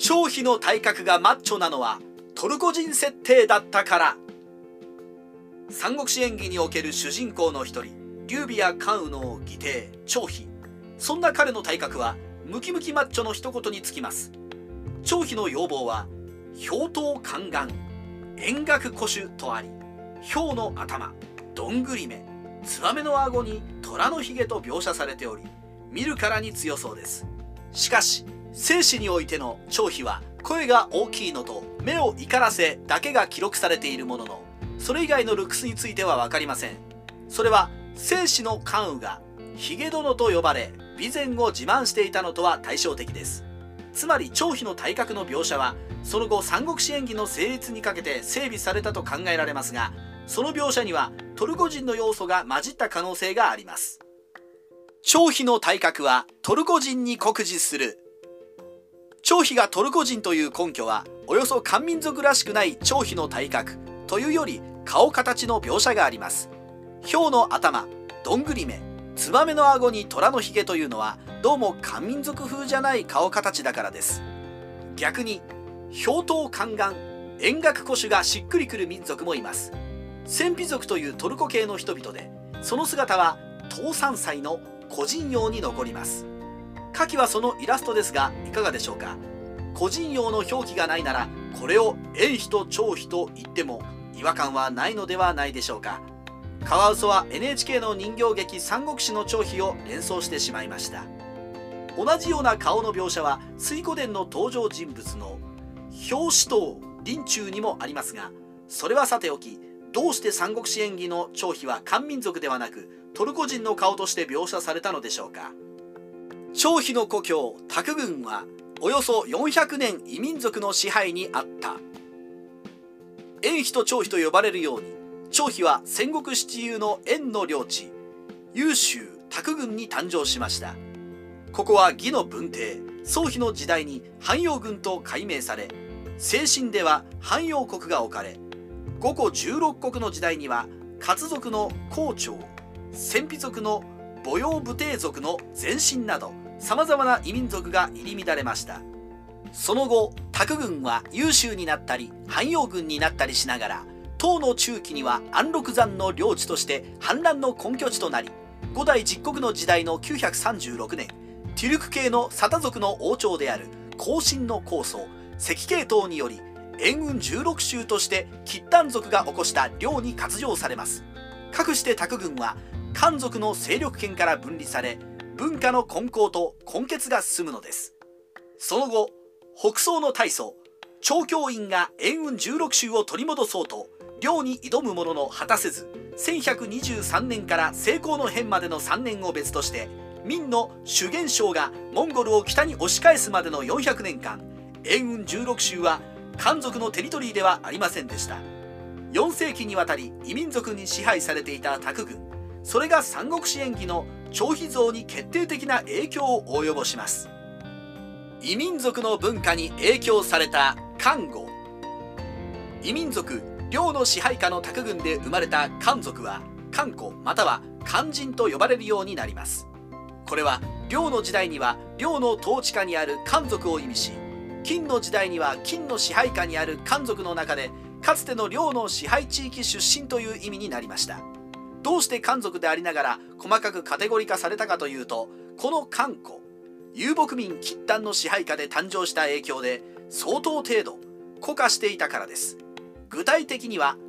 張飛の体格がマッチョなのはトルコ人設定だったから。三国志演義における主人公の一人、劉備や関羽の義弟張飛。そんな彼の体格はムキムキマッチョの一言につきます。張飛の要望は氷頭観眼、円覚虎首とあり、豹の頭、どんぐり目、ツバメの顎に虎のひげと描写されており、見るからに強そうです。しかし正史においての張飛は声が大きいのと目を怒らせだけが記録されているものの、それ以外のルックスについては分かりません。それは正史の関羽がヒゲ殿と呼ばれ備前を自慢していたのとは対照的です。つまり張飛の体格の描写はその後三国志演義の成立にかけて整備されたと考えられますが、その描写にはトルコ人の要素が混じった可能性があります。張飛の体格はトルコ人に酷似する。張飛がトルコ人という根拠は、およそ漢民族らしくない張飛の体格というより顔形の描写があります。豹の頭、どんぐり目、ツバメの顎に虎のひげというのはどうも漢民族風じゃない顔形だからです。逆に氷頭観眼、円覚虎首がしっくりくる民族もいます。鮮卑族というトルコ系の人々で、その姿は唐三彩の個人用に残ります。下記はそのイラストですがいかがでしょうか。個人用の表記がないならこれを円飛と張飛と言っても違和感はないのではないでしょうか。カワウソは NHK の人形劇三国志の張飛を連想してしまいました。同じような顔の描写は水滸伝の登場人物の表子頭林中にもありますが、それはさておき、どうして三国志演義の張飛は漢民族ではなくトルコ人の顔として描写されたのでしょうか。張飛の故郷卓郡はおよそ400年異民族の支配にあった。円飛と張飛と呼ばれるように、張飛は戦国七雄の円の領地幽州卓郡に誕生しました。ここは魏の文帝曹丕の時代に藩陽郡と改名され、正神では藩陽国が置かれ、五胡16国の時代には勝族の孔長、鮮卑族の母陽武帝族の前身などさまざまな異民族が入り乱れました。その後卓郡は幽州になったり藩陽郡になったりしながら、唐の中期には安禄山の領地として反乱の根拠地となり、五代十国の時代の936年、テュルク系のサタ族の王朝である後秦の高祖石系統により燕雲16州として契丹族が起こした領に割譲されます。かくして卓郡は漢族の勢力圏から分離され、文化の根高と根血が進むのです。その後北宋の大祖長教院が燕雲16州を取り戻そうと領に挑むものの果たせず、1123年から成功の変までの3年を別として明の朱元璋がモンゴルを北に押し返すまでの400年間、燕雲16州は漢族のテリトリーではありませんでした。4世紀にわたり異民族に支配されていた卓郡、それが三国志演義の張飛像に決定的な影響を及ぼします。異民族の文化に影響された漢語。異民族領の支配下の卓郡で生まれた漢族は漢子または漢人と呼ばれるようになります。これは領の時代には領の統治下にある漢族を意味し、金の時代には金の支配下にある漢族の中でかつての領の支配地域出身という意味になりました。どうして漢族でありながら細かくカテゴリ化されたかというと、この漢子遊牧民契丹の支配下で誕生した影響で相当程度固化していたからです。具体的には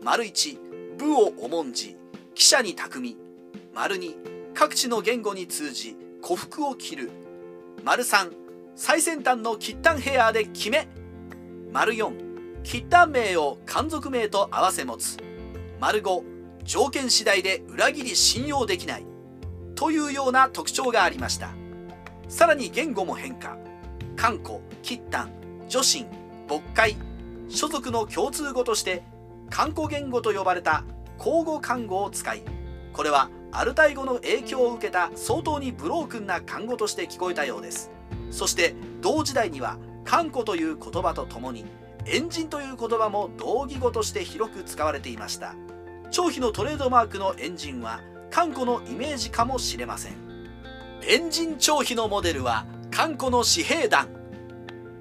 1. 武を重んじ騎射に巧み 2. 各地の言語に通じ古服を着る 3. 最先端の契丹ヘアで決め 4. 契丹名を漢族名と合わせ持つ 5. 条件次第で裏切り信用できないというような特徴がありました。さらに言語も変化。漢古、契丹、徐秦、渤海、諸族の共通語として漢古言語と呼ばれた口語漢語を使い、これはアルタイ語の影響を受けた相当にブロークンな漢語として聞こえたようです。そして同時代には漢古という言葉とともに円人という言葉も同義語として広く使われていました。張飛のトレードマークの円人は漢古のイメージかもしれません。円人張飛のモデルは漢古の紙幣団。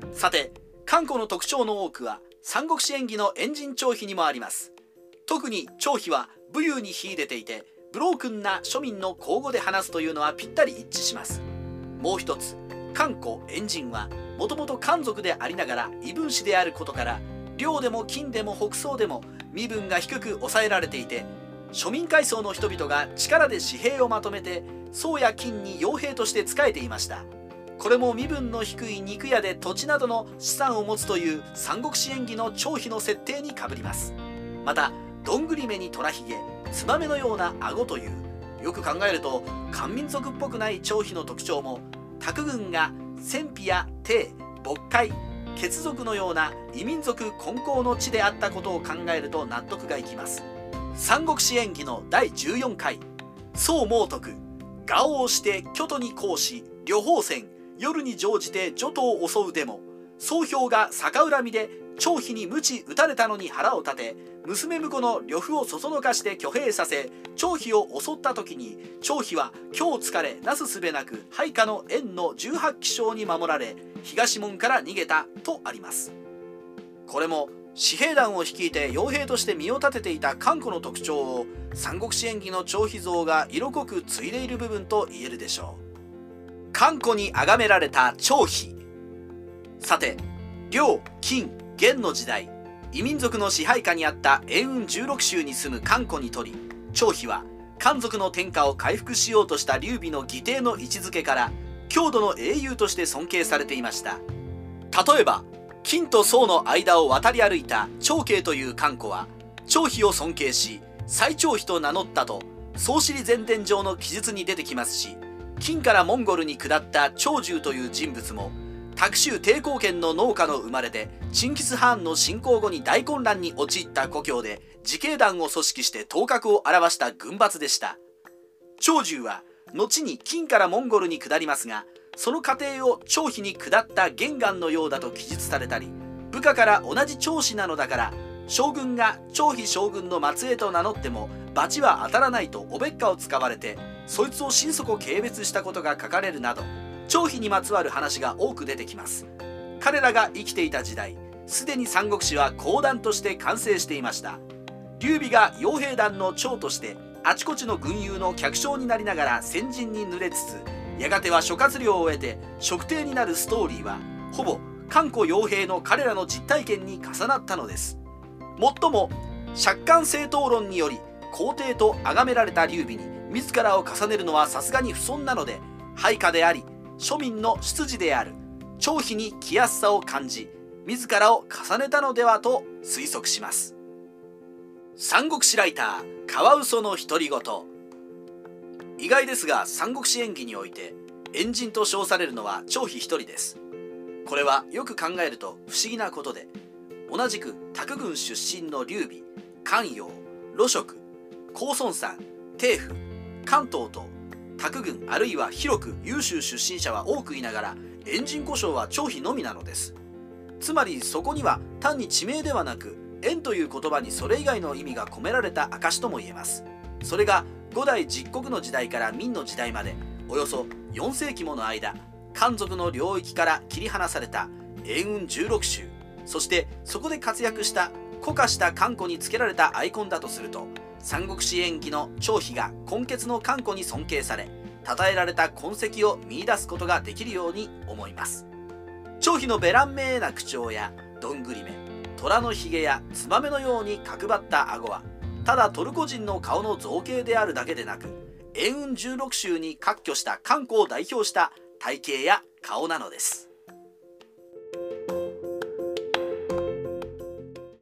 さて、漢古の特徴の多くは三国志演義の円陣張飛にもあります。特に張飛は武勇に秀でていて、ブロークンな庶民の口語で話すというのはぴったり一致します。もう一つ、漢古円陣はもともと漢族でありながら異分子であることから、領でも金でも北宋でも身分が低く抑えられていて、庶民階層の人々が力で紙幣をまとめて宋や金に傭兵として仕えていました。これも身分の低い肉屋で土地などの資産を持つという三国志演義の張飛の設定にかぶります。また、どんぐり目に虎ひげ、ツバメのような顎という、よく考えると漢民族っぽくない張飛の特徴も、卓軍が戦費や帝、渤海、血族のような異民族混交の地であったことを考えると納得がいきます。三国志演義の第14回、宋猛徳、牙王して巨都に行し、旅法戦、夜に乗じて徐都を襲うでも、宋兵が逆恨みで張飛に鞭打たれたのに腹を立て、娘婿の呂布をそそのかして挙兵させ、張飛を襲った時に、張飛は今日疲れなすすべなく配下の燕の18騎将に守られ、東門から逃げたとあります。これも私兵団を率いて傭兵として身を立てていた漢古の特徴を三国志演義の張飛像が色濃く継いでいる部分と言えるでしょう。漢古に崇められた張飛。さて、領、金、元の時代、異民族の支配下にあった燕雲16州に住む漢古にとり、張飛は漢族の天下を回復しようとした劉備の義弟の位置づけから郷土の英雄として尊敬されていました。例えば、金と宋の間を渡り歩いた張慶という漢古は張飛を尊敬し、最張飛と名乗ったと宋史前伝上の記述に出てきますし、金からモンゴルに下った張従という人物も卓州抵抗権の農家の生まれで、チンギス・ハーンの侵攻後に大混乱に陥った故郷で自警団を組織して頭角を現した軍閥でした。張従は後に金からモンゴルに下りますが、その過程を張飛に下った元元のようだと記述されたり、部下から同じ張氏なのだから将軍が張飛将軍の末裔と名乗っても罰は当たらないとおべっかを使われて、そいつを心底軽蔑したことが書かれるなど、張飛にまつわる話が多く出てきます。彼らが生きていた時代、すでに三国志は講談として完成していました。劉備が傭兵団の長としてあちこちの軍友の客商になりながら戦陣に濡れつつ、やがては諸葛亮を得て職帝になるストーリーは、ほぼ漢古傭兵の彼らの実体験に重なったのです。もっとも借款正当論により皇帝と崇められた劉備に自らを重ねるのはさすがに不遜なので、配下であり庶民の出自である張飛に気安さを感じ、自らを重ねたのではと推測します。三国志ライターカワウソの独り言。意外ですが、三国志演義において円陣と称されるのは張飛一人です。これはよく考えると不思議なことで、同じく卓軍出身の劉備、関陽、盧植、公孫燦、程普、関東と卓軍あるいは広く優秀出身者は多くいながら、円陣呼称は張飛のみなのです。つまりそこには単に地名ではなく、円という言葉にそれ以外の意味が込められた証とも言えます。それが五代十国の時代から明の時代までおよそ4世紀もの間、漢族の領域から切り離された燕雲16州、そしてそこで活躍した固化した漢古につけられたアイコンだとすると、三国志演義の張飛が根血の漢古に尊敬され称えられた痕跡を見出すことができるように思います。張飛のベラン名な口調やどんぐり目、虎のひげやツバメのように角張った顎は、ただトルコ人の顔の造形であるだけでなく、燕雲16州に割拠した漢古を代表した体型や顔なのです。